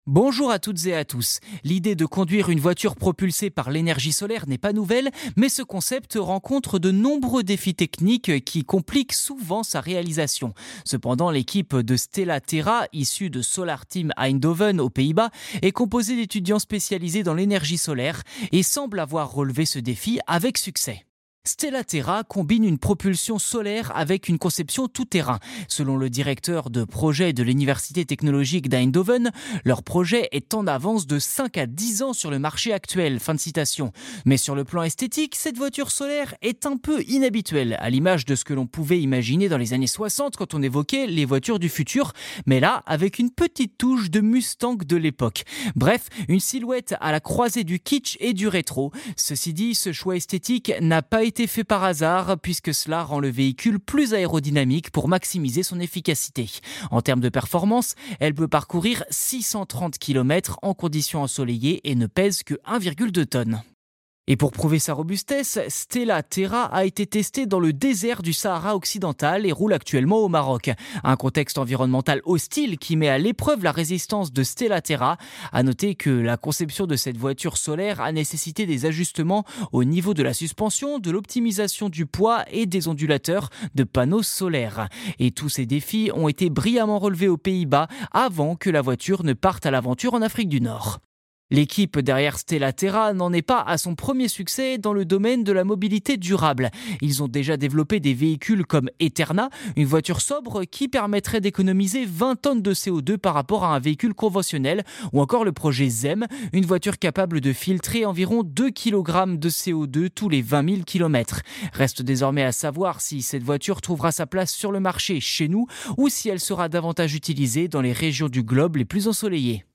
Bonjour à toutes et à tous. L'idée de conduire une voiture propulsée par l'énergie solaire n'est pas nouvelle, mais ce concept rencontre de nombreux défis techniques qui compliquent souvent sa réalisation. Cependant, l'équipe de Stella Terra, issue de Solar Team Eindhoven aux Pays-Bas, est composée d'étudiants spécialisés dans l'énergie solaire et semble avoir relevé ce défi avec succès. Stella Terra combine une propulsion solaire avec une conception tout-terrain. Selon le directeur de projet de l'Université technologique d'Eindhoven, leur projet est en avance de 5 à 10 ans sur le marché actuel. Fin de citation. Mais sur le plan esthétique, cette voiture solaire est un peu inhabituelle, à l'image de ce que l'on pouvait imaginer dans les années 60 quand on évoquait les voitures du futur, mais là avec une petite touche de Mustang de l'époque. Bref, une silhouette à la croisée du kitsch et du rétro. Ceci dit, ce choix esthétique n'a pas été fait par hasard puisque cela rend le véhicule plus aérodynamique pour maximiser son efficacité. En termes de performance, elle peut parcourir 630 km en conditions ensoleillées et ne pèse que 1,2 tonnes. Et pour prouver sa robustesse, Stella Terra a été testée dans le désert du Sahara occidental et roule actuellement au Maroc. Un contexte environnemental hostile qui met à l'épreuve la résistance de Stella Terra. À noter que la conception de cette voiture solaire a nécessité des ajustements au niveau de la suspension, de l'optimisation du poids et des ondulateurs de panneaux solaires. Et tous ces défis ont été brillamment relevés aux Pays-Bas avant que la voiture ne parte à l'aventure en Afrique du Nord. L'équipe derrière Stella Terra n'en est pas à son premier succès dans le domaine de la mobilité durable. Ils ont déjà développé des véhicules comme Eterna, une voiture sobre qui permettrait d'économiser 20 tonnes de CO2 par rapport à un véhicule conventionnel, ou encore le projet ZEM, une voiture capable de filtrer environ 2 kg de CO2 tous les 20 000 km. Reste désormais à savoir si cette voiture trouvera sa place sur le marché chez nous ou si elle sera davantage utilisée dans les régions du globe les plus ensoleillées.